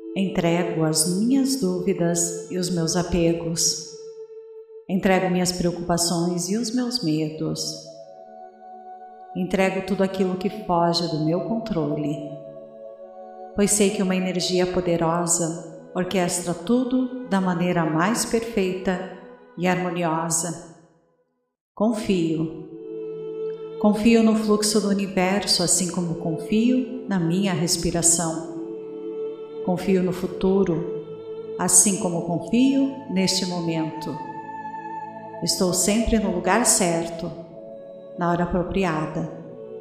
Entrego as minhas dúvidas e os meus apegos. Entrego minhas preocupações e os meus medos. Entrego tudo aquilo que foge do meu controle, pois sei que uma energia poderosa orquestra tudo da maneira mais perfeita e harmoniosa. Confio. Confio no fluxo do universo, assim como confio na minha respiração. Confio no futuro, assim como confio neste momento. Estou sempre no lugar certo, na hora apropriada.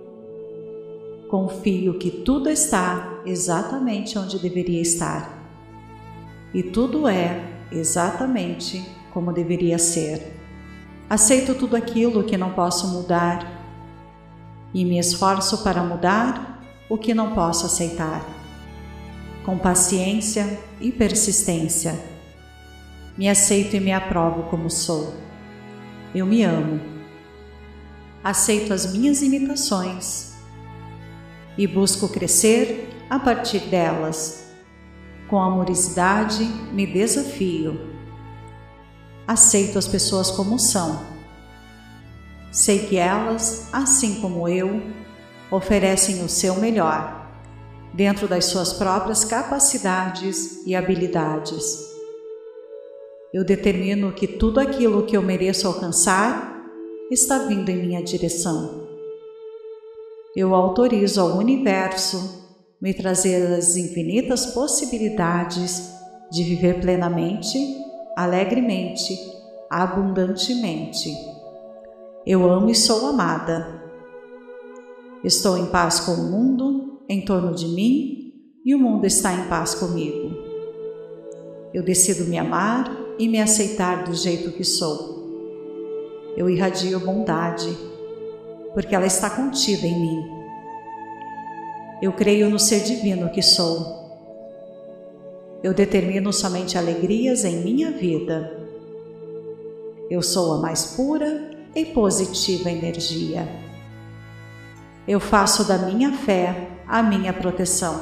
Confio que tudo está exatamente onde deveria estar. E tudo é exatamente como deveria ser. Aceito tudo aquilo que não posso mudar e me esforço para mudar o que não posso aceitar. Com paciência e persistência, me aceito e me aprovo como sou. Eu me amo. Aceito as minhas limitações e busco crescer a partir delas. Com amorosidade, me desafio. Aceito as pessoas como são. Sei que elas, assim como eu, oferecem o seu melhor, dentro das suas próprias capacidades e habilidades. Eu determino que tudo aquilo que eu mereço alcançar está vindo em minha direção. Eu autorizo ao universo me trazer as infinitas possibilidades de viver plenamente, alegremente, abundantemente. Eu amo e sou amada. Estou em paz com o mundo em torno de mim e o mundo está em paz comigo. Eu decido me amar e me aceitar do jeito que sou. Eu irradio bondade, porque ela está contida em mim. Eu creio no ser divino que sou. Eu determino somente alegrias em minha vida. Eu sou a mais pura e positiva energia. Eu faço da minha fé a minha proteção.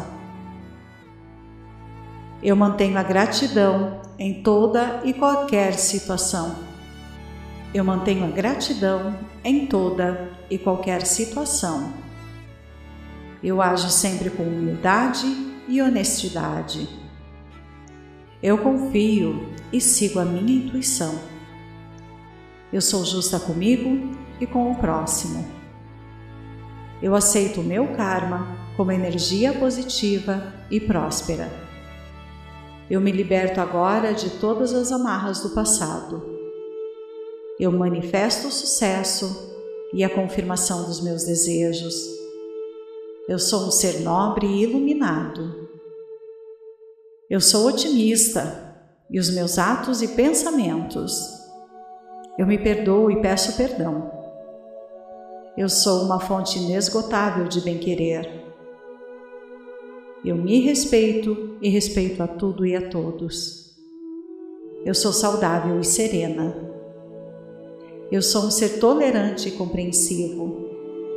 Eu mantenho a gratidão em toda e qualquer situação. Eu mantenho a gratidão em toda e qualquer situação. Eu ajo sempre com humildade e honestidade. Eu confio e sigo a minha intuição. Eu sou justa comigo e com o próximo. Eu aceito o meu karma como energia positiva e próspera. Eu me liberto agora de todas as amarras do passado. Eu manifesto o sucesso e a confirmação dos meus desejos. Eu sou um ser nobre e iluminado. Eu sou otimista e os meus atos e pensamentos. Eu me perdoo e peço perdão. Eu sou uma fonte inesgotável de bem-querer. Eu me respeito e respeito a tudo e a todos. Eu sou saudável e serena. Eu sou um ser tolerante e compreensivo.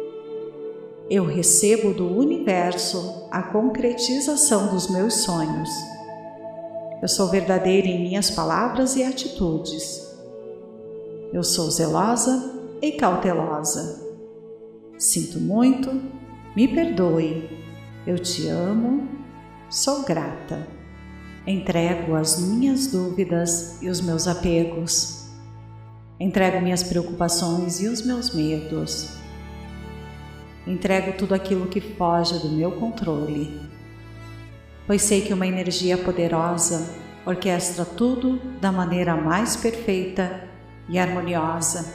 Eu recebo do universo a concretização dos meus sonhos. Eu sou verdadeira em minhas palavras e atitudes. Eu sou zelosa e cautelosa. Sinto muito, me perdoe. Eu te amo, sou grata. Entrego as minhas dúvidas e os meus apegos. Entrego minhas preocupações e os meus medos. Entrego tudo aquilo que foge do meu controle, pois sei que uma energia poderosa orquestra tudo da maneira mais perfeita e harmoniosa.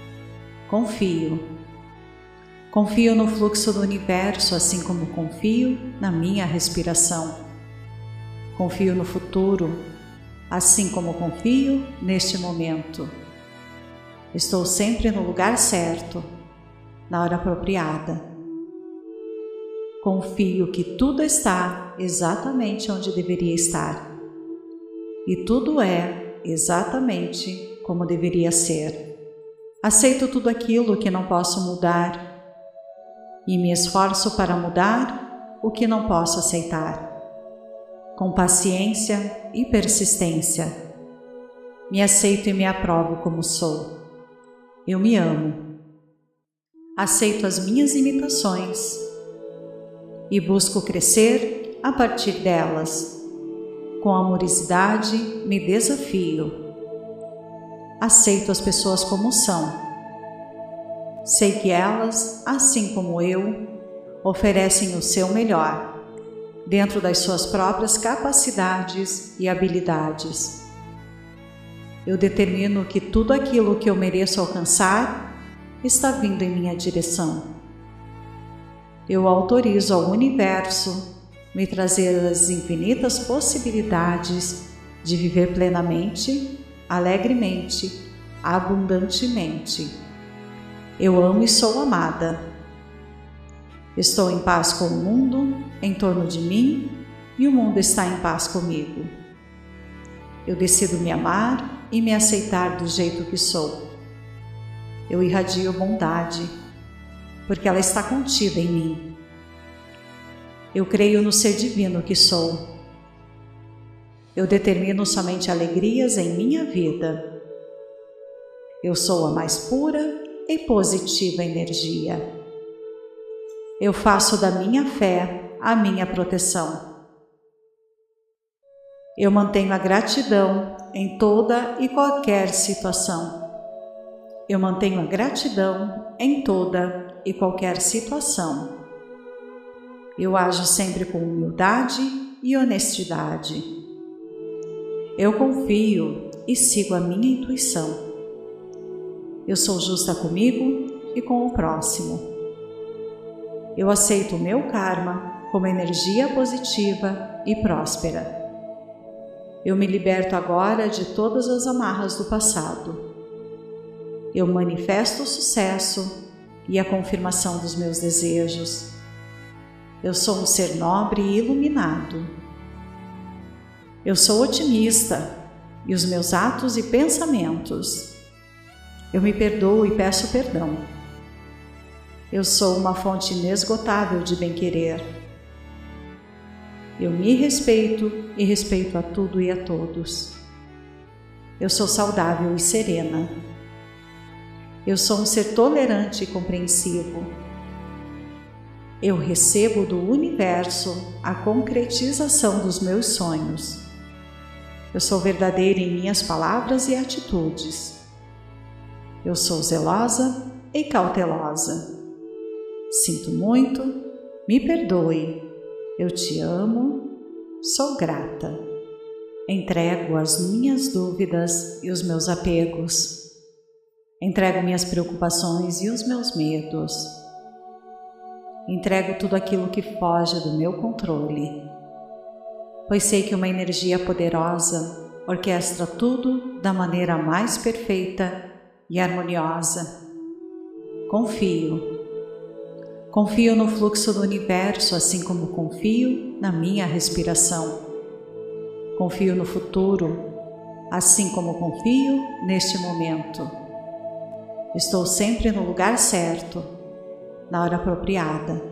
Confio. Confio no fluxo do universo, assim como confio na minha respiração. Confio no futuro, assim como confio neste momento. Estou sempre no lugar certo, na hora apropriada. Confio que tudo está exatamente onde deveria estar. E tudo é exatamente como deveria ser. Aceito tudo aquilo que não posso mudar e me esforço para mudar o que não posso aceitar. Com paciência e persistência, me aceito e me aprovo como sou. Eu me amo. Aceito as minhas limitações e busco crescer a partir delas. Com amorosidade, me desafio. Aceito as pessoas como são. Sei que elas, assim como eu, oferecem o seu melhor, dentro das suas próprias capacidades e habilidades. Eu determino que tudo aquilo que eu mereço alcançar está vindo em minha direção. Eu autorizo ao universo me trazer as infinitas possibilidades de viver plenamente, alegremente, abundantemente. Eu amo e sou amada. Estou em paz com o mundo em torno de mim e o mundo está em paz comigo. Eu decido me amar e me aceitar do jeito que sou. Eu irradio bondade, porque ela está contida em mim. Eu creio no ser divino que sou. Eu determino somente alegrias em minha vida. Eu sou a mais pura e positiva energia. Eu faço da minha fé a minha proteção. Eu mantenho a gratidão em toda e qualquer situação. Eu mantenho a gratidão em toda e qualquer situação. Eu ajo sempre com humildade e honestidade. Eu confio e sigo a minha intuição. Eu sou justa comigo e com o próximo. Eu aceito o meu karma como energia positiva e próspera. Eu me liberto agora de todas as amarras do passado. Eu manifesto o sucesso e a confirmação dos meus desejos. Eu sou um ser nobre e iluminado. Eu sou otimista e os meus atos e pensamentos. Eu me perdoo e peço perdão. Eu sou uma fonte inesgotável de bem-querer. Eu me respeito e respeito a tudo e a todos. Eu sou saudável e serena. Eu sou um ser tolerante e compreensivo. Eu recebo do universo a concretização dos meus sonhos. Eu sou verdadeira em minhas palavras e atitudes. Eu sou zelosa e cautelosa. Sinto muito, me perdoe. Eu te amo, sou grata. Entrego as minhas dúvidas e os meus apegos. Entrego minhas preocupações e os meus medos. Entrego tudo aquilo que foge do meu controle, pois sei que uma energia poderosa orquestra tudo da maneira mais perfeita e harmoniosa. Confio. Confio no fluxo do universo, assim como confio na minha respiração. Confio no futuro, assim como confio neste momento. Estou sempre no lugar certo, na hora apropriada.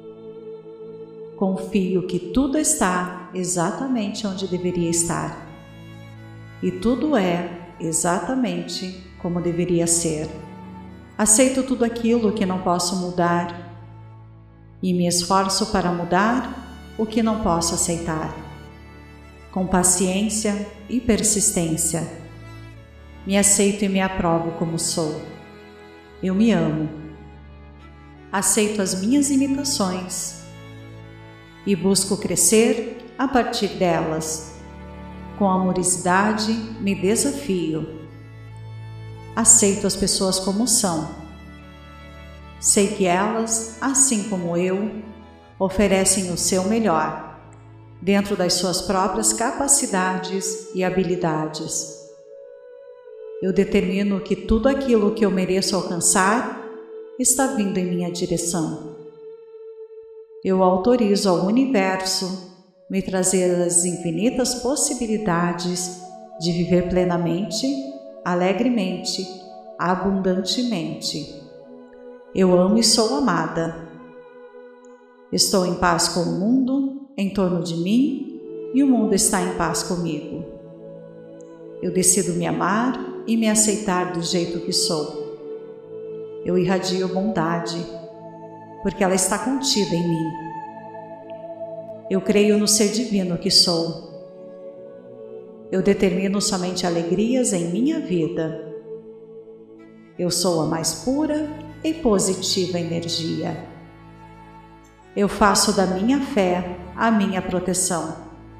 Confio que tudo está exatamente onde deveria estar. E tudo é exatamente como deveria ser. Aceito tudo aquilo que não posso mudar e me esforço para mudar o que não posso aceitar. Com paciência e persistência, me aceito e me aprovo como sou. Eu me amo. Aceito as minhas limitações e busco crescer a partir delas. Com amorosidade, me desafio. Aceito as pessoas como são. Sei que elas, assim como eu, oferecem o seu melhor, dentro das suas próprias capacidades e habilidades. Eu determino que tudo aquilo que eu mereço alcançar está vindo em minha direção. Eu autorizo ao universo me trazer as infinitas possibilidades de viver plenamente, alegremente, abundantemente. Eu amo e sou amada. Estou em paz com o mundo em torno de mim e o mundo está em paz comigo. Eu decido me amar e me aceitar do jeito que sou. Eu irradio bondade, porque ela está contida em mim. Eu creio no ser divino que sou. Eu determino somente alegrias em minha vida. Eu sou a mais pura e positiva energia. Eu faço da minha fé a minha proteção.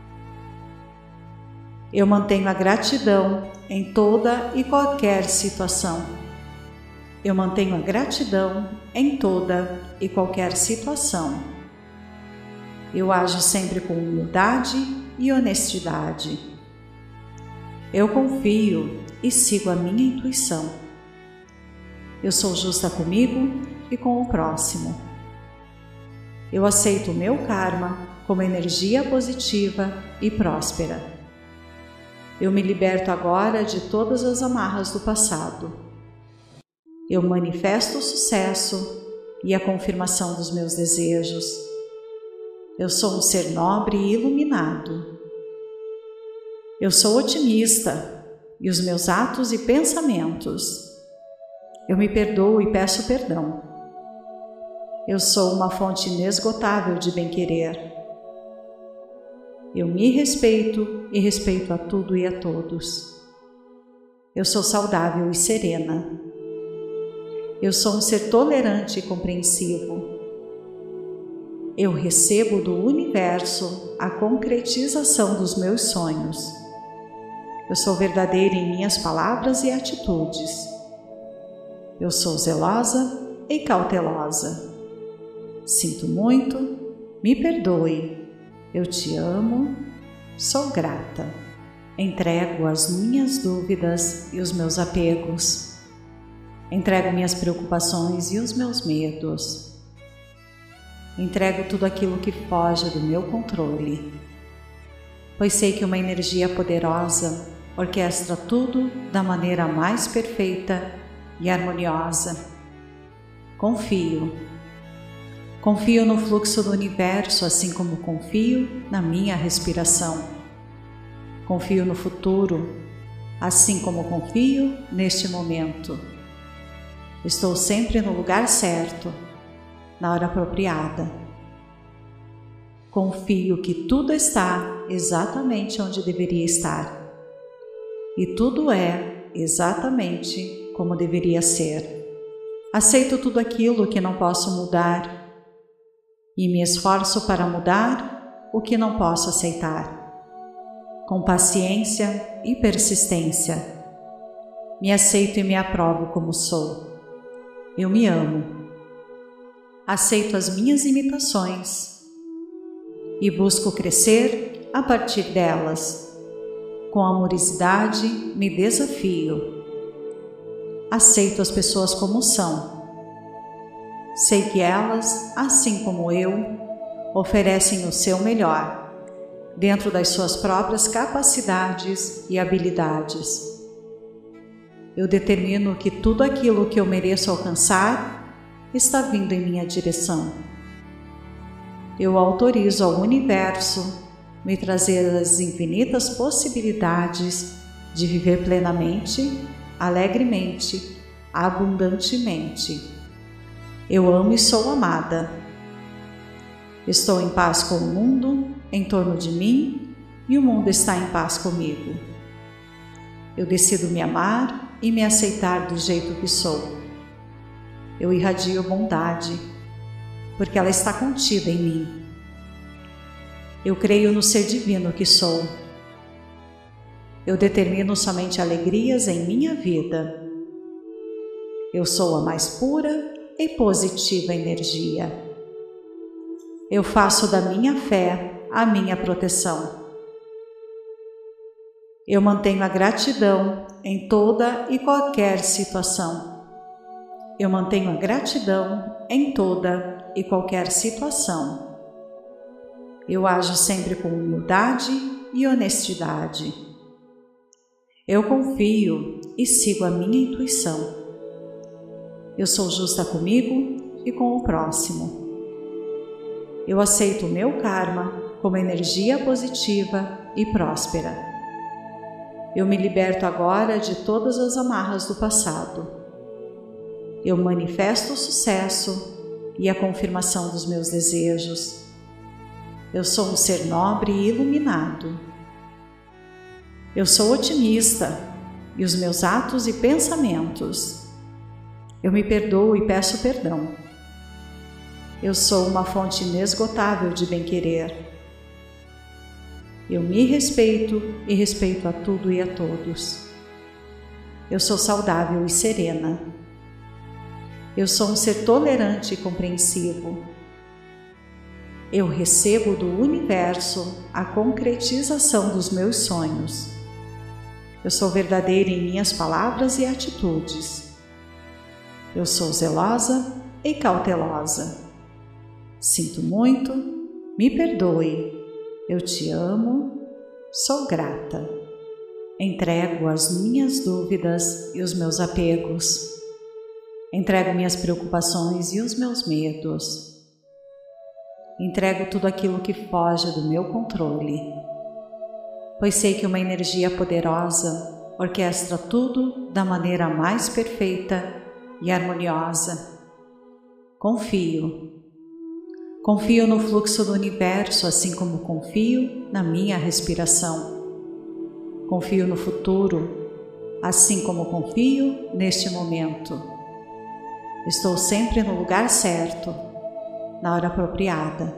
Eu mantenho a gratidão em toda e qualquer situação. Eu mantenho a gratidão em toda e qualquer situação. Eu ajo sempre com humildade e honestidade. Eu confio e sigo a minha intuição. Eu sou justa comigo e com o próximo. Eu aceito o meu karma como energia positiva e próspera. Eu me liberto agora de todas as amarras do passado. Eu manifesto o sucesso e a confirmação dos meus desejos. Eu sou um ser nobre e iluminado. Eu sou otimista e os meus atos e pensamentos. Eu me perdoo e peço perdão. Eu sou uma fonte inesgotável de bem-querer. Eu me respeito e respeito a tudo e a todos. Eu sou saudável e serena. Eu sou um ser tolerante e compreensivo. Eu recebo do universo a concretização dos meus sonhos. Eu sou verdadeira em minhas palavras e atitudes. Eu sou zelosa e cautelosa. Sinto muito, me perdoe. Eu te amo, sou grata. Entrego as minhas dúvidas e os meus apegos. Entrego minhas preocupações e os meus medos. Entrego tudo aquilo que foge do meu controle, pois sei que uma energia poderosa orquestra tudo da maneira mais perfeita e harmoniosa. Confio. Confio no fluxo do universo, assim como confio na minha respiração. Confio no futuro, assim como confio neste momento. Estou sempre no lugar certo, na hora apropriada. Confio que tudo está exatamente onde deveria estar. E tudo é exatamente como deveria ser. Aceito tudo aquilo que não posso mudar e me esforço para mudar o que não posso aceitar. Com paciência e persistência, me aceito e me aprovo como sou. Eu me amo. Aceito as minhas limitações e busco crescer a partir delas. Com amorosidade me desafio. Aceito as pessoas como são. Sei que elas, assim como eu, oferecem o seu melhor, dentro das suas próprias capacidades e habilidades. Eu determino que tudo aquilo que eu mereço alcançar está vindo em minha direção. Eu autorizo ao universo me trazer as infinitas possibilidades de viver plenamente, alegremente, abundantemente. Eu amo e sou amada. Estou em paz com o mundo em torno de mim e o mundo está em paz comigo. Eu decido me amar e me aceitar do jeito que sou. Eu irradio bondade, porque ela está contida em mim. Eu creio no ser divino que sou. Eu determino somente alegrias em minha vida. Eu sou a mais pura e positiva energia. Eu faço da minha fé a minha proteção. Eu mantenho a gratidão em toda e qualquer situação. Eu mantenho a gratidão em toda e qualquer situação. Eu ajo sempre com humildade e honestidade. Eu confio e sigo a minha intuição. Eu sou justa comigo e com o próximo. Eu aceito o meu karma como energia positiva e próspera. Eu me liberto agora de todas as amarras do passado. Eu manifesto o sucesso e a confirmação dos meus desejos. Eu sou um ser nobre e iluminado. Eu sou otimista e os meus atos e pensamentos. Eu me perdoo e peço perdão. Eu sou uma fonte inesgotável de bem-querer. Eu me respeito e respeito a tudo e a todos. Eu sou saudável e serena. Eu sou um ser tolerante e compreensivo. Eu recebo do universo a concretização dos meus sonhos. Eu sou verdadeira em minhas palavras e atitudes. Eu sou zelosa e cautelosa. Sinto muito, me perdoe. Eu te amo, sou grata. Entrego as minhas dúvidas e os meus apegos. Entrego minhas preocupações e os meus medos. Entrego tudo aquilo que foge do meu controle, pois sei que uma energia poderosa orquestra tudo da maneira mais perfeita e harmoniosa. Confio. Confio no fluxo do universo, assim como confio na minha respiração. Confio no futuro, assim como confio neste momento. Estou sempre no lugar certo, na hora apropriada.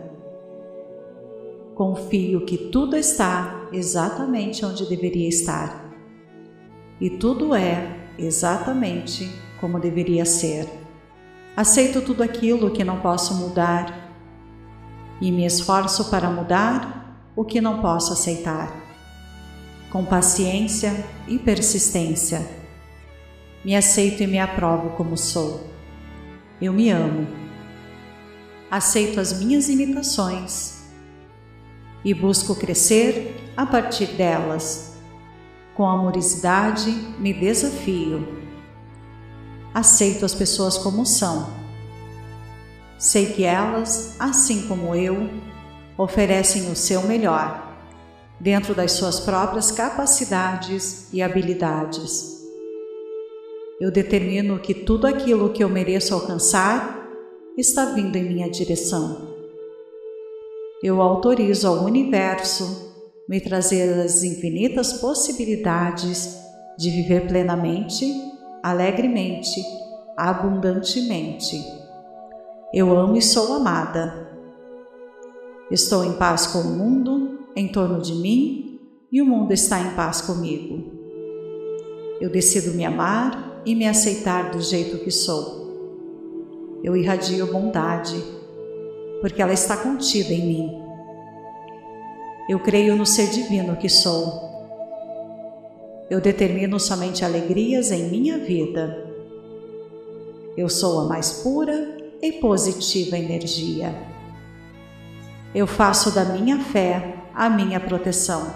Confio que tudo está exatamente onde deveria estar. E tudo é exatamente como deveria ser. Aceito tudo aquilo que não posso mudar e me esforço para mudar o que não posso aceitar. Com paciência e persistência, me aceito e me aprovo como sou. Eu me amo. Aceito as minhas limitações e busco crescer a partir delas. Com amorosidade me desafio. Aceito as pessoas como são. Sei que elas, assim como eu, oferecem o seu melhor, dentro das suas próprias capacidades e habilidades. Eu determino que tudo aquilo que eu mereço alcançar está vindo em minha direção. Eu autorizo ao universo me trazer as infinitas possibilidades de viver plenamente, alegremente, abundantemente. Eu amo e sou amada. Estou em paz com o mundo em torno de mim e o mundo está em paz comigo. Eu decido me amar e me aceitar do jeito que sou. Eu irradio bondade, porque ela está contida em mim. Eu creio no ser divino que sou. Eu determino somente alegrias em minha vida. Eu sou a mais pura e positiva energia. Eu faço da minha fé a minha proteção.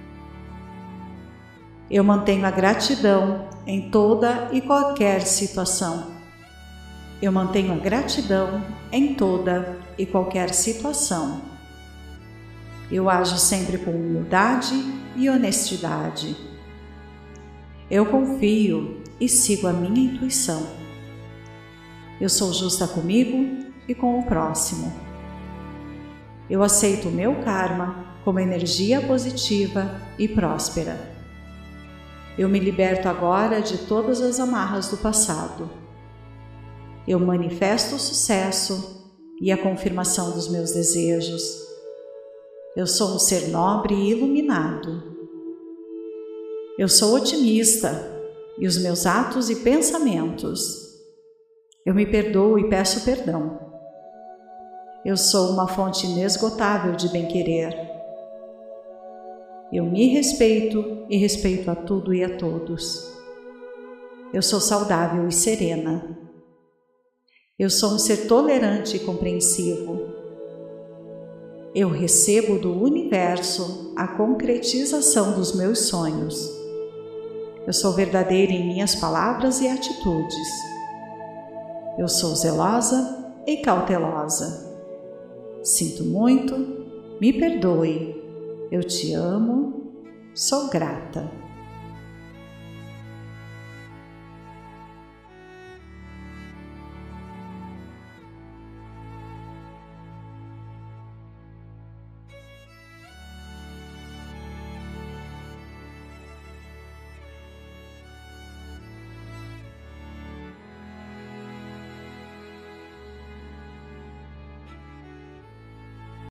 Eu mantenho a gratidão em toda e qualquer situação. Eu mantenho a gratidão em toda e qualquer situação. Eu ajo sempre com humildade e honestidade. Eu confio e sigo a minha intuição. Eu sou justa comigo e com o próximo. Eu aceito o meu karma como energia positiva e próspera. Eu me liberto agora de todas as amarras do passado. Eu manifesto o sucesso e a confirmação dos meus desejos. Eu sou um ser nobre e iluminado. Eu sou otimista e os meus atos e pensamentos. Eu me perdoo e peço perdão. Eu sou uma fonte inesgotável de bem-querer. Eu me respeito e respeito a tudo e a todos. Eu sou saudável e serena. Eu sou um ser tolerante e compreensivo. Eu recebo do universo a concretização dos meus sonhos. Eu sou verdadeira em minhas palavras e atitudes. Eu sou zelosa e cautelosa. Sinto muito, Me perdoe. Eu te amo. Sou grata.